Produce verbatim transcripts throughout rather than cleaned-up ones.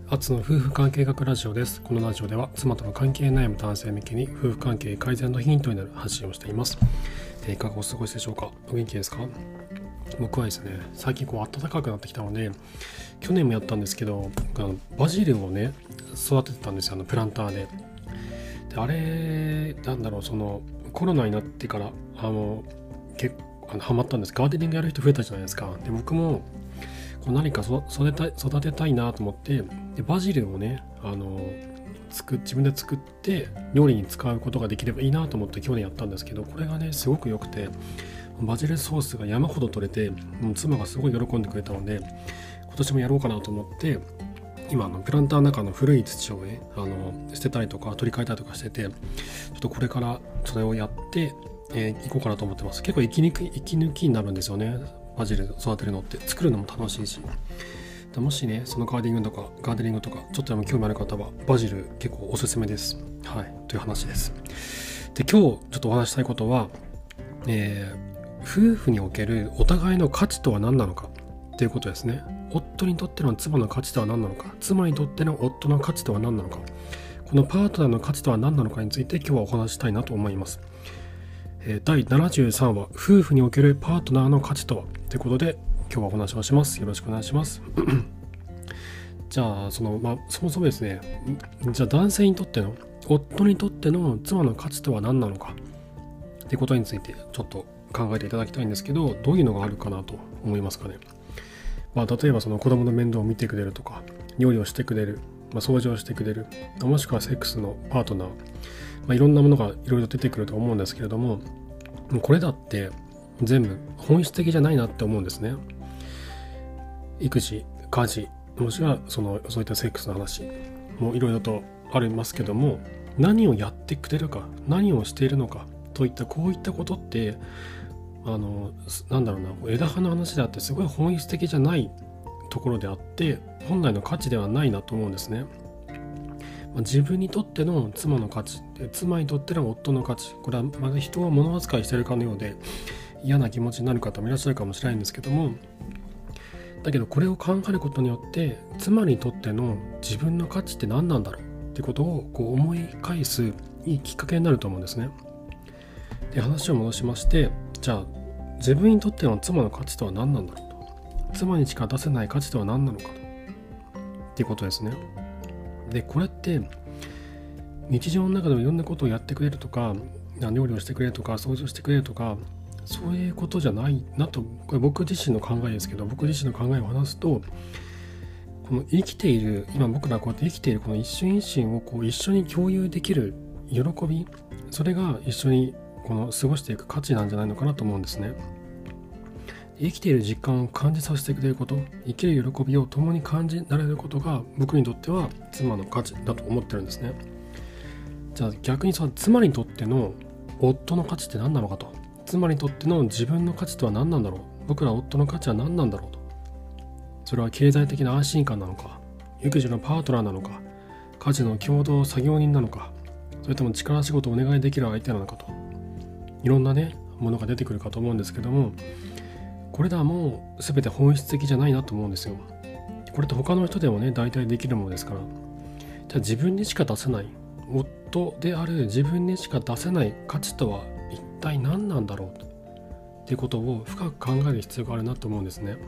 アツの夫婦関係学ラジオです。このラジオでは妻との関係悩む男性向けに夫婦関係改善のヒントになる発信をしています。えー、いかがお過ごしでしょうか。お元気ですか？僕はですね、最近こう暖かくなってきたので、去年もやったんですけど、あのバジルをね育ててたんですよ、あのプランターで。であれなんだろう、そのコロナになってからあの結構あのハマったんです。ガーデニングやる人増えたじゃないですか。で僕もこう何か育てたい、育てたいなと思って、でバジルをねあの作自分で作って料理に使うことができればいいなと思って去年やったんですけど、これがねすごく良くて、バジルソースが山ほど取れて、もう妻がすごい喜んでくれたので、今年もやろうかなと思って、今あのプランターの中の古い土をねあの捨てたりとか取り替えたりとかしてて、ちょっとこれからそれをやって、えー、いこうかなと思ってます。結構息抜き息抜きになるんですよね、バジル育てるのって。作るのも楽しいし、もしねそのガーデニングとかガーデニングとかちょっとでも興味ある方はバジル結構おすすめです。はい、という話です。で今日ちょっとお話したいことは、えー、夫婦におけるお互いの価値とは何なのかっていうことですね。夫にとっての妻の価値とは何なのか、妻にとっての夫の価値とは何なのか、このパートナーの価値とは何なのかについて今日はお話したいなと思います。えー、だいななじゅうさんわ、夫婦におけるパートナーの価値とはということで今日はお話をします。よろしくお願いします。じゃあその、まあ、そもそもですね、じゃあ男性にとっての夫にとっての妻の価値とは何なのかってことについてちょっと考えていただきたいんですけど、どういうのがあるかなと思いますかね。まあ、例えばその子供の面倒を見てくれるとか、料理をしてくれる、まあ、掃除をしてくれる、もしくはセックスのパートナー、まあ、いろんなものがいろいろ出てくると思うんですけれども、これだって全部本質的じゃないなって思うんですね。育児、家事、もしくはそのそういったセックスの話もいろいろとありますけども、何をやってくれるか、何をしているのかといったこういったことってあのなんだろうな、枝葉の話であってすごい本質的じゃないところであって、本来の価値ではないなと思うんですね。自分にとっての妻の価値、妻にとっての夫の価値、これはまだ人を物扱いしているかのようで嫌な気持ちになる方もいらっしゃるかもしれないんですけども、だけどこれを考えることによって妻にとっての自分の価値って何なんだろうってことをこう思い返すいいきっかけになると思うんですね。で話を戻しまして、じゃあ自分にとっての妻の価値とは何なんだろうと、妻にしか出せない価値とは何なのかとっていうことですね。でこれって日常の中でもいろんなことをやってくれるとか、料理をしてくれるとか、掃除をしてくれるとか、そういうことじゃないなと、これ僕自身の考えですけど、僕自身の考えを話すと、この生きている今僕らこうやって生きているこの一瞬一瞬をこう一緒に共有できる喜び、それが一緒にこの過ごしていく価値なんじゃないのかなと思うんですね。生きている実感を感じさせてくれること、生きる喜びを共に感じられることが僕にとっては妻の価値だと思ってるんですね。じゃあ逆にその妻にとっての夫の価値って何なのかと、妻にとっての自分の価値とは何なんだろう、僕ら夫の価値は何なんだろうと、それは経済的な安心感なのか、育児のパートナーなのか、家事の共同作業人なのか、それとも力仕事をお願いできる相手なのかと、いろんなねものが出てくるかと思うんですけども、これらはもう全て本質的じゃないなと思うんですよ。これって他の人でもね大体できるものですから、じゃあ自分にしか出せない、夫である自分にしか出せない価値とは一体何なんだろうとっていうことを深く考える必要があるなと思うんですね。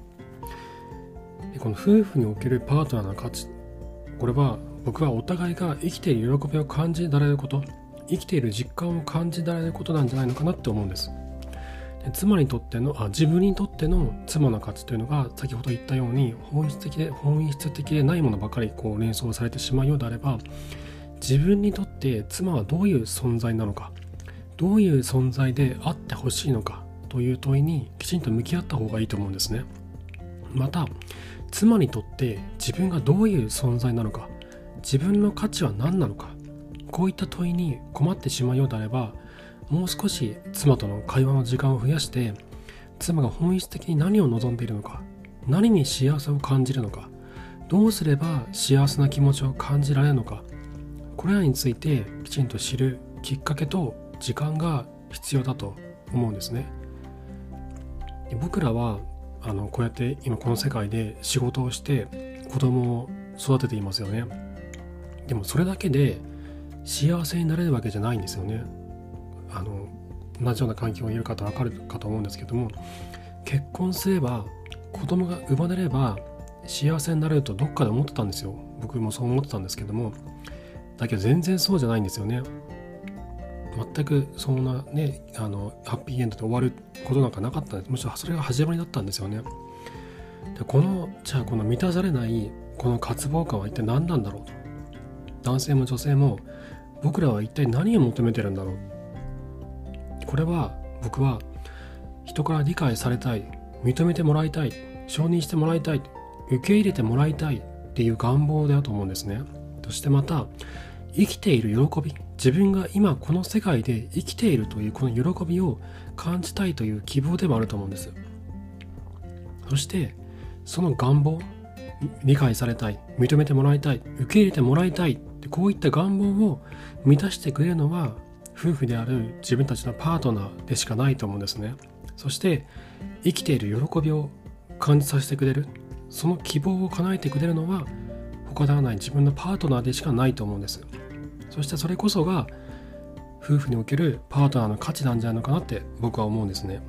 でこの夫婦におけるパートナーの価値、これは僕はお互いが生きている喜びを感じられること、生きている実感を感じられることなんじゃないのかなって思うんです。で妻にとってのあ自分にとっての妻の価値というのが先ほど言ったように本質的で本質的でないものばかりこう連想されてしまうようであれば、自分にとって妻はどういう存在なのか、どういう存在であってほしいのかという問いにきちんと向き合った方がいいと思うんですね。また妻にとって自分がどういう存在なのか、自分の価値は何なのか、こういった問いに困ってしまうようであれば、もう少し妻との会話の時間を増やして、妻が本質的に何を望んでいるのか、何に幸せを感じるのか、どうすれば幸せな気持ちを感じられるのか、これらについてきちんと知るきっかけと時間が必要だと思うんですね。僕らはあのこうやって今この世界で仕事をして子供を育てていますよね。でもそれだけで幸せになれるわけじゃないんですよね。あの同じような環境にいる方は分かるかと思うんですけども、結婚すれば子供が生まれれば幸せになれるとどっかで思ってたんですよ。僕もそう思ってたんですけども、だけど全然そうじゃないんですよね。全くそんなね、あのハッピーエンドで終わることなんかなかったんです。むしろそれが始まりだったんですよね。でこのじゃあこの満たされないこの渇望感は一体何なんだろうと。男性も女性も僕らは一体何を求めてるんだろう。これは僕は人から理解されたい、認めてもらいたい、承認してもらいたい、受け入れてもらいたいっていう願望だと思うんですね。そしてまた生きている喜び、自分が今この世界で生きているというこの喜びを感じたいという希望でもあると思うんです。そしてその願望、理解されたい、認めてもらいたい、受け入れてもらいたいってこういった願望を満たしてくれるのは夫婦である自分たちのパートナーでしかないと思うんですね。そして生きている喜びを感じさせてくれる、その希望を叶えてくれるのは他ならない自分のパートナーでしかないと思うんです。そしてそれこそが夫婦におけるパートナーの価値なんじゃないのかなって僕は思うんですね。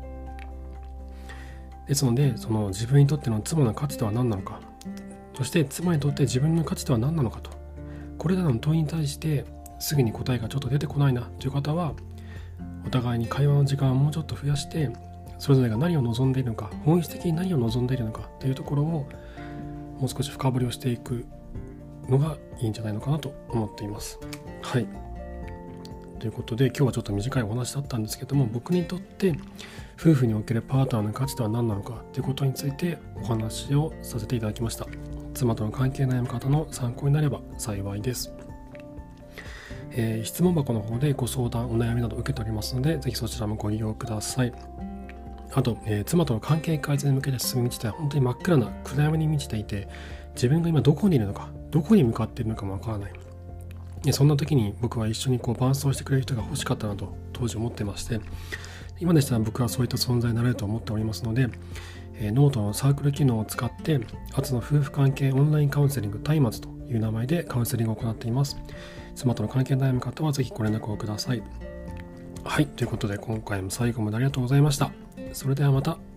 ですので、その自分にとっての妻の価値とは何なのか、そして妻にとって自分の価値とは何なのかと、これらの問いに対してすぐに答えがちょっと出てこないなという方は、お互いに会話の時間をもうちょっと増やして、それぞれが何を望んでいるのか、本質的に何を望んでいるのかというところをもう少し深掘りをしていくのがいいんじゃないのかなと思っています。はい。ということで今日はちょっと短いお話だったんですけども、僕にとって夫婦におけるパートナーの価値とは何なのかということについてお話をさせていただきました。妻との関係悩む方の参考になれば幸いです。えー、質問箱の方でご相談お悩みなど受けておりますので、ぜひそちらもご利用ください。あと、えー、妻との関係改善に向けて進み道って本当に真っ暗な暗闇に満ちていて、自分が今どこにいるのか、どこに向かっているのかもわからない。でそんな時に僕は一緒にこう伴走してくれる人が欲しかったなと当時思ってまして、今でしたら僕はそういった存在になれると思っておりますので、えー、ノートのサークル機能を使ってアツの夫婦関係オンラインカウンセリングタイマツという名前でカウンセリングを行っています。妻との関係悩む方はぜひご連絡をください。はい、ということで今回も最後までありがとうございました。それではまた。